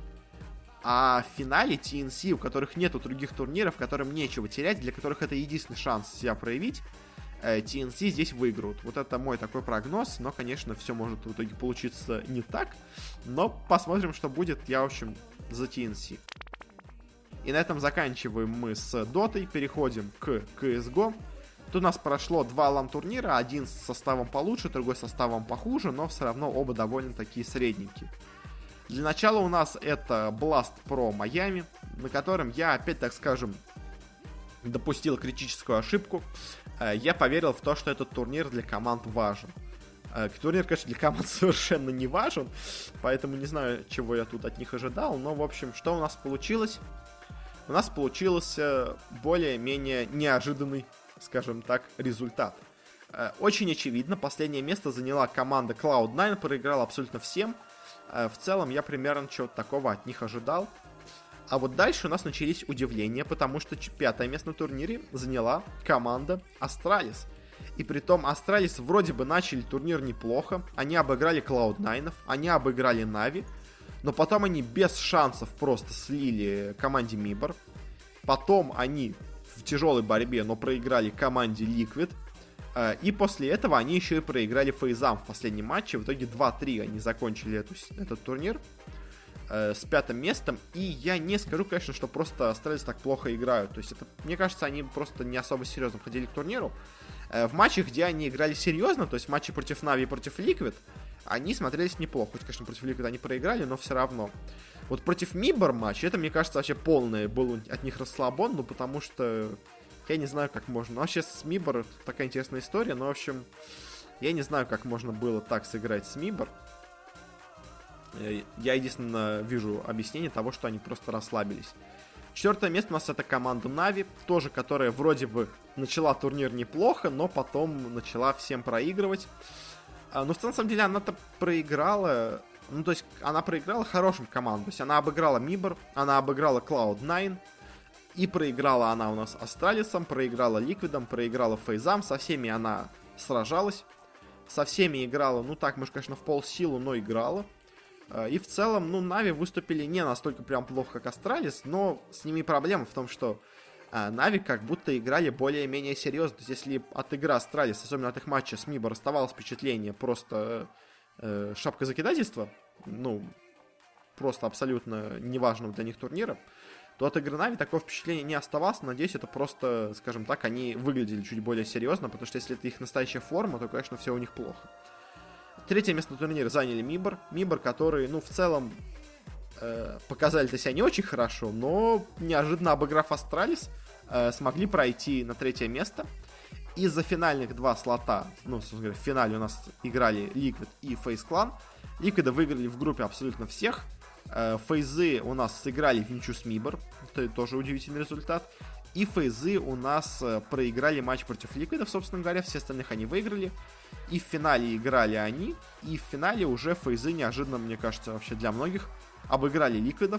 а в финале TNC, у которых нету других турниров, которым нечего терять, для которых это единственный шанс себя проявить, TNC здесь выиграют. Вот это мой такой прогноз, но, конечно, все может в итоге получиться не так, но посмотрим, что будет. Я, в общем, за TNC. И на этом заканчиваем мы с Дотой, переходим к CSGO. Тут у нас прошло 2 лан-турнира, один с составом получше, другой с составом похуже, но все равно оба довольно такие средненькие. Для начала у нас это Blast Pro Miami, на котором я, опять так скажем, допустил критическую ошибку. Я поверил в то, что этот турнир для команд важен. Турнир, конечно, для команд совершенно не важен, поэтому не знаю, чего я тут от них ожидал, но, в общем, что у нас получилось? У нас получился более-менее неожиданный, скажем так, результат. Очень очевидно, последнее место заняла команда Cloud9, проиграла абсолютно всем. В целом, я примерно чего-то такого от них ожидал. А вот дальше у нас начались удивления, потому что 5-е место на турнире заняла команда Astralis. И притом Astralis вроде бы начали турнир неплохо, они обыграли Cloud9, они обыграли Na'Vi, но потом они без шансов просто слили команде Mibor. Потом они в тяжелой борьбе, но проиграли команде Liquid. И после этого они еще и проиграли FaZe в последнем матче. В итоге 2-3 они закончили этот турнир с 5-м местом. И я не скажу, конечно, что просто Astralis так плохо играют. То есть, это, мне кажется, они просто не особо серьезно подходили к турниру. В матчах, где они играли серьезно, то есть в матче против Na'Vi и против Liquid, они смотрелись неплохо. Хоть, конечно, против Liquid они проиграли, но все равно. Вот против Mibor матч, это, мне кажется, вообще полный был от них расслабон, ну, потому что я не знаю, как можно. Вообще с Mibor такая интересная история, но, в общем, я не знаю, как можно было так сыграть с Mibor. Я единственно вижу объяснение того, что они просто расслабились. 4-е место у нас это команда Na'Vi, тоже, которая вроде бы начала турнир неплохо, но потом начала всем проигрывать. Но в целом, на самом деле, она-то проиграла. Ну, то есть, она проиграла хорошим командам. То есть, она обыграла Mibor, она обыграла Cloud9, и проиграла она у нас Astralis'ом, проиграла Liquid'ом, проиграла FaZe, со всеми она сражалась, со всеми играла, ну так, может, конечно, в полсилу, но играла. И в целом, ну, Na'Vi выступили не настолько прям плохо, как Astralis, но с ними проблема в том, что Na'Vi как будто играли более-менее серьезно. То есть, если от игры Astralis, особенно от их матча с Mibor, оставалось впечатление просто шапкозакидательства, ну, просто абсолютно неважного для них турнира, то от игры Na'Vi такого впечатления не оставалось. Надеюсь, это просто, скажем так, они выглядели чуть более серьезно, потому что если это их настоящая форма, то, конечно, все у них плохо. 3-е место на турнире заняли Mibor. Mibor, которые, ну, в целом показали-то себя не очень хорошо, но неожиданно обыграв Astralis, смогли пройти на 3-е место. Из-за финальных 2 слота, ну, собственно говоря, в финале у нас играли Liquid и FaZe Clan. Liquid выиграли в группе абсолютно всех. FaZe у нас сыграли в ничью с Mibor. Это тоже удивительный результат. И FaZe у нас проиграли матч против Liquid, собственно говоря. Все остальных они выиграли. И в финале играли они. И в финале уже FaZe неожиданно, мне кажется, вообще для многих обыграли Liquid'ов.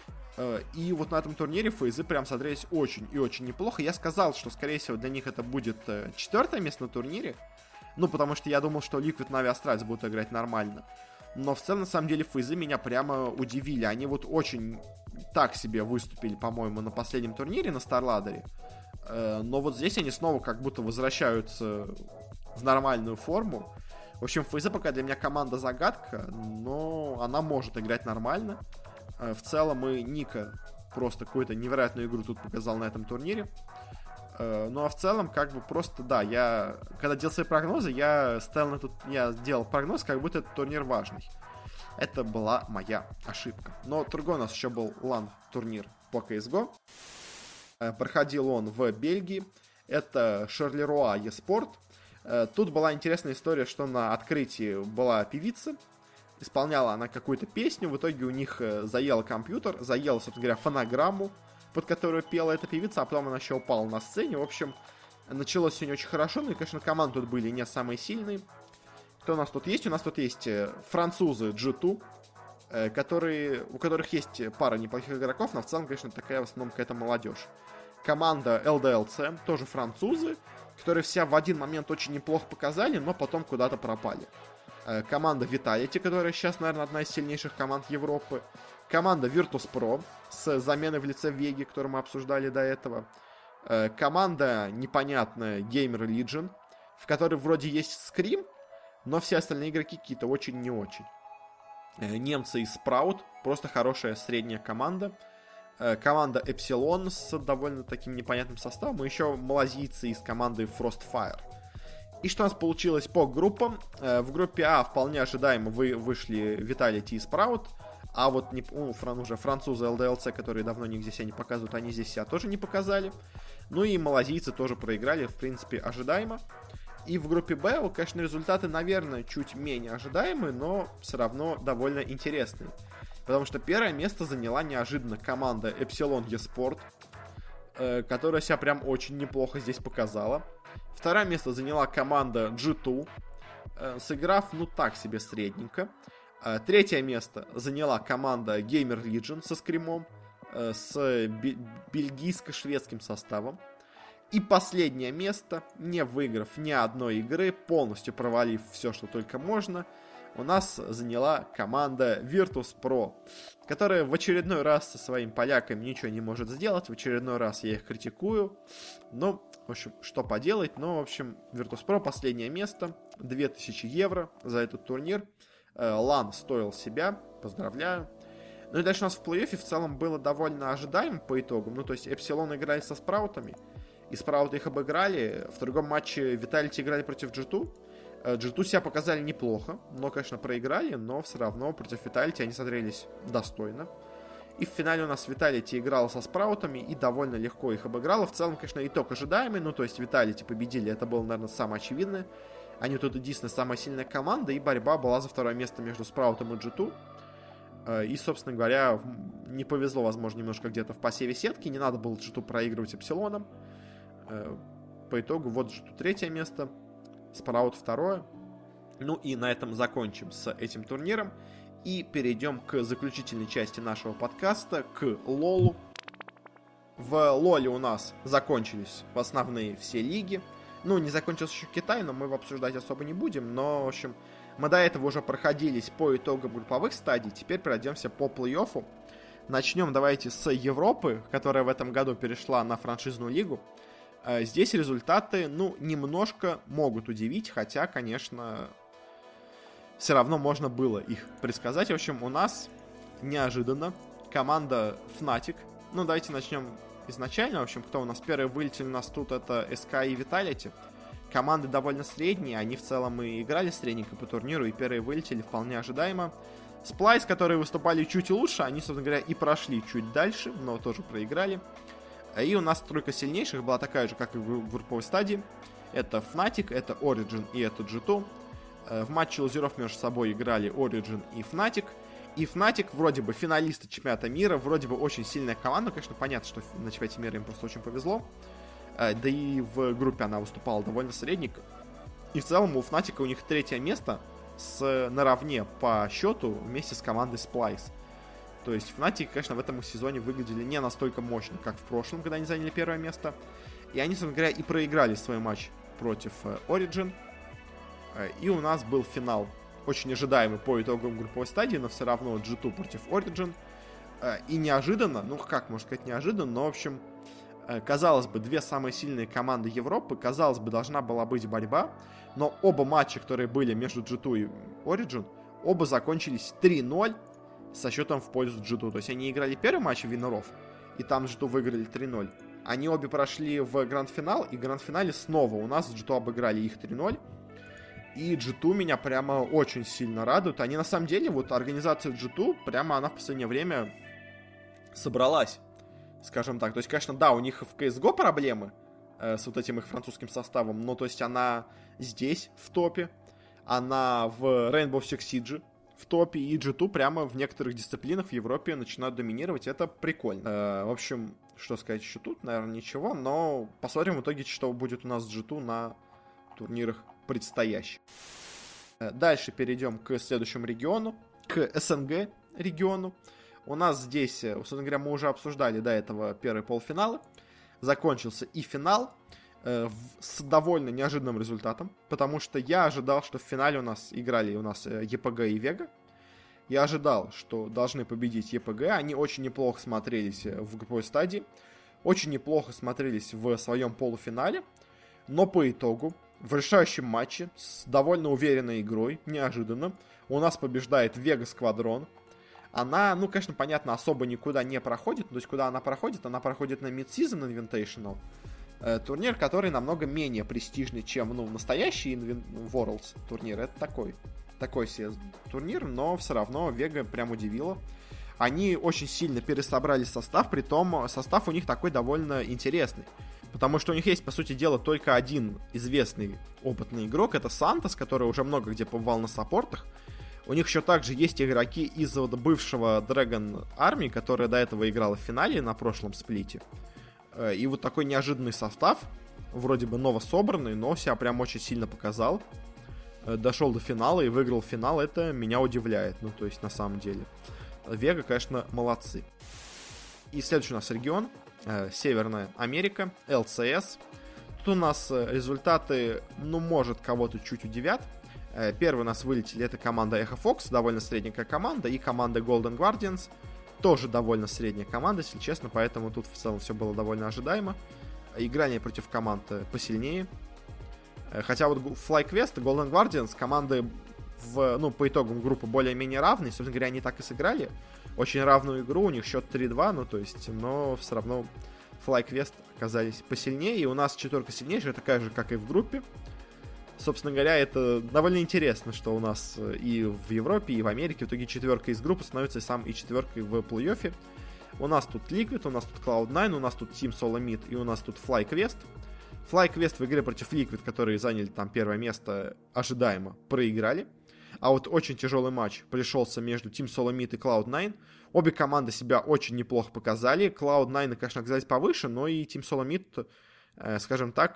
И вот на этом турнире FaZe прям смотрелись очень и очень неплохо. Я сказал, что, скорее всего, для них это будет 4-е место на турнире. Ну, потому что я думал, что Liquid, Na'Vi, Astralis будут играть нормально. Но в целом, на самом деле, FaZe меня прямо удивили. Они вот очень так себе выступили, по-моему, на последнем турнире на StarLadder. Но вот здесь они снова как будто возвращаются в нормальную форму. В общем, FaZe пока для меня команда загадка, но она может играть нормально. В целом и Ника просто какую-то невероятную игру тут показал на этом турнире. Ну а в целом, как бы просто, да, я, когда делал свои прогнозы, я делал прогноз, как будто этот турнир важный. Это была моя ошибка. Но другой у нас еще был LAN-турнир по CSGO. Проходил он в Бельгии. Это Шарлеруа eSport. Тут была интересная история, что на открытии была певица. Исполняла она какую-то песню. В итоге у них заел компьютер, заел, собственно говоря, фонограмму, под которую пела эта певица, а потом она еще упала на сцене. В общем, началось все не очень хорошо. Ну и, конечно, команды тут были не самые сильные. Кто у нас тут есть? У нас тут есть французы G2, у которых есть пара неплохих игроков, но в целом, конечно, такая в основном какая-то молодежь. Команда LDLC, тоже французы, которые все в один момент очень неплохо показали, но потом куда-то пропали. Команда Vitality, которая сейчас, наверное, одна из сильнейших команд Европы. Команда Virtus.pro с заменой в лице Веги, которую мы обсуждали до этого. Команда непонятная Gamer Legion, в которой вроде есть Scream, но все остальные игроки какие-то очень не очень. Немцы из Sprout, просто хорошая средняя команда. Команда Epsilon с довольно таким непонятным составом. И еще малазийцы из команды Frostfire. И что у нас получилось по группам? В группе А вполне ожидаемо вышли Vitality и Sprout. А вот уже французы LDLC, которые давно нигде себя не показывают, они здесь себя тоже не показали. Ну и малазийцы тоже проиграли, в принципе, ожидаемо. И в группе Б, конечно, результаты, наверное, чуть менее ожидаемые, но все равно довольно интересные. Потому что первое место заняла неожиданно команда Epsilon eSport, которая себя прям очень неплохо здесь показала. Второе место заняла команда G2, сыграв, ну так себе, средненько. Третье место заняла команда Gamer Legion со скримом. с бельгийско-шведским составом. И последнее место, не выиграв ни одной игры, полностью провалив все, что только можно, у нас заняла команда Virtus.pro, которая в очередной раз со своим поляками ничего не может сделать, в очередной раз я их критикую, но, в общем, что поделать, но, в общем, Virtus.pro последнее место, 2000 евро за этот турнир, LAN стоил себя, поздравляю. Ну и дальше у нас в плей-оффе в целом было довольно ожидаемо по итогам, ну то есть Эпсилон играли со Спраутами, и Спрауты их обыграли, в другом матче Vitality играли против G2, G2 себя показали неплохо, но, конечно, проиграли, но все равно против Vitality они смотрелись достойно. И в финале у нас Vitality играла со Спраутами и довольно легко их обыграла. В целом, конечно, итог ожидаемый, ну, то есть Vitality победили, это было, наверное, самое очевидное. Они тут единственная самая сильная команда, и борьба была за второе место между Спраутом и G2. И, собственно говоря, не повезло, возможно, немножко где-то в посеве сетки, не надо было G2 проигрывать Эпсилоном. По итогу вот G2 третье место, Спраут второе. Ну и на этом закончим с этим турниром. И перейдем к заключительной части нашего подкаста, к Лолу. В Лоле у нас закончились основные все лиги. Ну, не закончился еще Китай, но мы его обсуждать особо не будем. Но, в общем, мы до этого уже проходились по итогам групповых стадий. Теперь пройдемся по плей-оффу. Начнем давайте с Европы, которая в этом году перешла на франшизную лигу. Здесь результаты, ну, немножко могут удивить, хотя, конечно, все равно можно было их предсказать. В общем, у нас неожиданно команда Fnatic. Ну, давайте начнем изначально. В общем, кто у нас первый вылетели у нас тут, это СК и Vitality. Команды довольно средние, они в целом и играли средненько по турниру, и первые вылетели вполне ожидаемо. Splice, которые выступали чуть лучше, они, собственно говоря, и прошли чуть дальше, но тоже проиграли. И у нас тройка сильнейших была такая же, как и в групповой стадии. Это Fnatic, это Origin и это G2. В матче лузеров между собой играли Origin и Fnatic. И Fnatic вроде бы финалисты чемпионата мира, вроде бы очень сильная команда. Конечно, понятно, что на чемпионате мира им просто очень повезло. Да и в группе она выступала довольно средненько. И в целом у Fnatic у них третье место наравне по счету вместе с командой Splice. То есть Fnatic, конечно, в этом сезоне выглядели не настолько мощно, как в прошлом, когда они заняли первое место. И они, собственно говоря, и проиграли свой матч против Origin. И у нас был финал, очень ожидаемый по итогам групповой стадии, но все равно G2 против Origin. И неожиданно, ну как можно сказать неожиданно, но в общем, казалось бы, две самые сильные команды Европы, казалось бы, должна была быть борьба, но оба матча, которые были между G2 и Origin, оба закончились 3-0 со счетом в пользу G2. То есть они играли первый матч виннеров, и там G2 выиграли 3-0. Они обе прошли в гранд-финал, и в гранд-финале снова у нас G2 обыграли их 3-0. И G2 меня прямо очень сильно радует. Они на самом деле, вот организация G2, прямо она в последнее время собралась, скажем так. То есть, конечно, да, у них в CSGO проблемы с вот этим их французским составом, но то есть она здесь в топе, она в Rainbow Six Siege в топе, и G2 прямо в некоторых дисциплинах в Европе начинают доминировать, это прикольно. В общем, что сказать еще тут, наверное, ничего, но посмотрим в итоге, что будет у нас с G2 на турнирах предстоящих. Дальше перейдем к следующему региону, к СНГ региону. У нас здесь, собственно говоря, мы уже обсуждали до этого первые полуфиналы. Закончился и финал с довольно неожиданным результатом, потому что я ожидал, что в финале у нас играли ЕПГ и Вега. Я ожидал, что должны победить ЕПГ. Они очень неплохо смотрелись в групповой стадии, очень неплохо смотрелись в своем полуфинале, но по итогу в решающем матче с довольно уверенной игрой, неожиданно, у нас побеждает Вега Сквадрон. Она, ну, конечно, понятно, особо никуда не проходит. То есть, куда она проходит? Она проходит на Mid-Season Invitational. Турнир, который намного менее престижный, чем, ну, настоящий Worlds турнир. Это такой себе турнир, но все равно Вега прям удивила. Они очень сильно пересобрали состав, притом состав у них такой довольно интересный. Потому что у них есть, по сути дела, только один известный опытный игрок. Это Сантос, который уже много где побывал на саппортах. У них еще также есть игроки из бывшего Dragon Army, которая до этого играла в финале на прошлом сплите. И вот такой неожиданный состав, вроде бы новособранный, но себя прям очень сильно показал. Дошел до финала и выиграл финал. Это меня удивляет, ну то есть на самом деле. Вега, конечно, молодцы. И следующий у нас регион, Северная Америка, ЛЦС. Тут у нас результаты, может, кого-то чуть удивят. Первые у нас вылетели, это команда Echo Fox, довольно средненькая команда, и команда Golden Guardians, тоже довольно средняя команда, если честно, поэтому тут в целом все было довольно ожидаемо. Играние против команд посильнее. Хотя вот FlyQuest и Golden Guardians команды по итогам группы более-менее равные, собственно говоря, они так и сыграли. Очень равную игру, у них счет 3-2, но все равно FlyQuest оказались посильнее, и у нас четверка сильнейшая, такая же, как и в группе. Собственно говоря, это довольно интересно, что у нас и в Европе, и в Америке в итоге четверка из группы становится и четверкой в плей-оффе. У нас тут Liquid, у нас тут Cloud9, у нас тут Team Solomid и у нас тут FlyQuest. FlyQuest в игре против Liquid, которые заняли там первое место, ожидаемо проиграли. А вот очень тяжелый матч пришелся между Team Solomid и Cloud9. Обе команды себя очень неплохо показали. Cloud9, конечно, оказались повыше, но и Team Solomid, скажем так,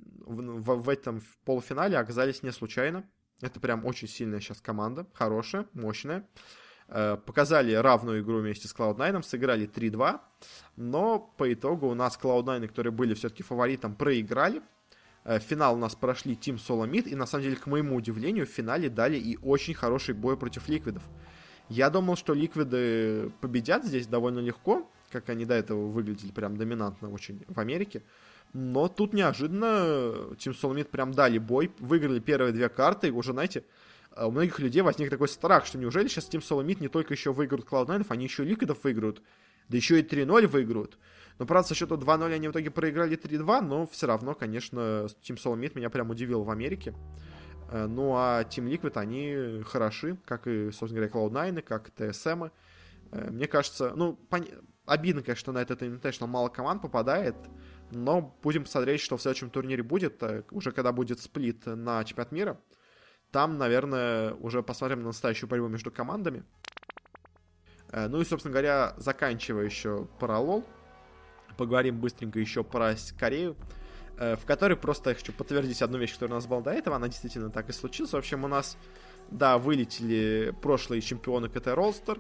в этом полуфинале оказались не случайно. Это прям очень сильная сейчас команда, хорошая, мощная. Показали равную игру вместе с Cloud9, сыграли 3-2, но по итогу у нас Cloud9, которые были все-таки фаворитом, проиграли. В финал у нас прошли Team Solomid, и на самом деле, к моему удивлению, в финале дали и очень хороший бой против Ликвидов. Я думал, что Ликвиды победят здесь довольно легко, как они до этого выглядели прям доминантно очень в Америке. Но тут неожиданно Team Solomid прям дали бой, выиграли первые две карты, и уже, знаете, у многих людей возник такой страх, что неужели сейчас Team Solomid не только еще выиграют Cloud9, они еще и Ликвидов выиграют, да еще и 3-0 выиграют. Но, правда, со счету 2-0 они в итоге проиграли 3-2, но все равно, конечно, Team Solomid меня прям удивил в Америке. Ну, а Team Liquid, они хороши, как и, собственно говоря, Cloud9, как и TSM. Мне кажется, обидно, конечно, что на этот Invitational мало команд попадает, но будем посмотреть, что в следующем турнире будет, уже когда будет сплит на чемпионат мира. Там, наверное, уже посмотрим на настоящую борьбу между командами. Ну и, собственно говоря, заканчивая еще про LoL, поговорим быстренько еще про Корею, в которой просто я хочу подтвердить одну вещь, которая у нас была до этого, она действительно так и случилась. В общем, у нас, вылетели прошлые чемпионы КТ Ролстер,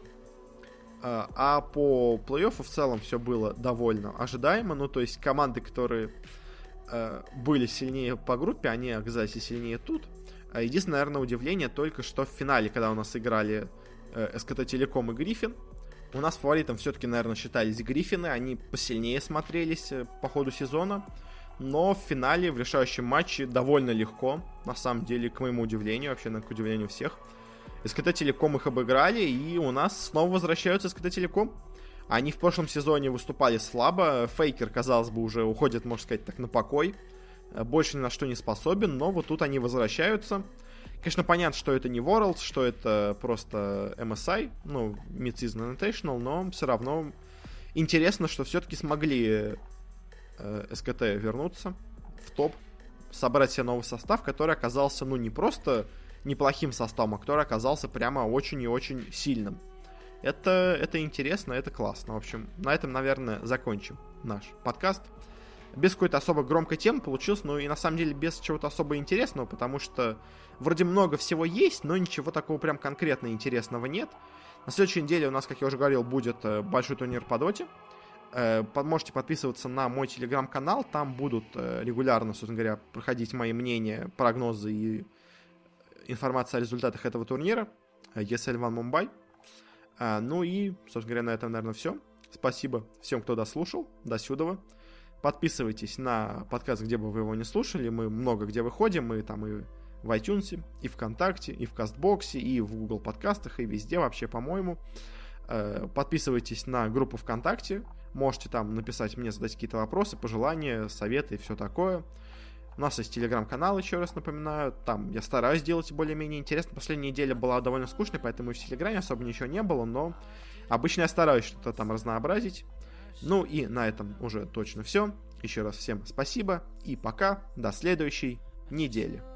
а по плей-оффу в целом все было довольно ожидаемо. То есть команды, которые были сильнее по группе, они оказались и сильнее тут. Единственное, наверное, удивление только, что в финале, когда у нас играли СКТ Телеком и Гриффин, у нас фаворитом все-таки, наверное, считались Гриффины, они посильнее смотрелись по ходу сезона, но в финале, в решающем матче, довольно легко, на самом деле, к моему удивлению, вообще, к удивлению всех, СКТ Телеком их обыграли, и у нас снова возвращаются СКТ Телеком. Они в прошлом сезоне выступали слабо, Фейкер, казалось бы, уже уходит, можно сказать, так на покой, больше ни на что не способен, но вот тут они возвращаются. Конечно, понятно, что это не Worlds, что это просто MSI, Mid-Season Invitational, но все равно интересно, что все-таки смогли СКТ вернуться в топ, собрать себе новый состав, который оказался, не просто неплохим составом, а который оказался прямо очень и очень сильным. Это интересно, это классно. В общем, на этом, наверное, закончим наш подкаст. Без какой-то особо громкой темы получилось, и на самом деле без чего-то особо интересного, потому что вроде много всего есть, но ничего такого прям конкретно интересного нет. На следующей неделе у нас, как я уже говорил, будет большой турнир по доте. Можете подписываться на мой телеграм-канал, там будут регулярно, собственно говоря, проходить мои мнения, прогнозы и информация о результатах этого турнира. ESL One Mumbai. И, собственно говоря, на этом, наверное, все. Спасибо всем, кто дослушал до сюда. Подписывайтесь на подкаст, где бы вы его не слушали. Мы много где выходим. Мы там и в iTunes, и ВКонтакте, и в Кастбоксе, и в Google подкастах, и везде вообще, по-моему. Подписывайтесь на группу ВКонтакте. Можете там написать мне, задать какие-то вопросы, пожелания, советы и все такое. У нас есть телеграм-канал, еще раз напоминаю. Там я стараюсь делать более-менее интересно. Последняя неделя была довольно скучной, поэтому и в телеграме особо ничего не было. Но обычно я стараюсь что-то там разнообразить. И на этом уже точно все. Еще раз всем спасибо и пока. До следующей недели.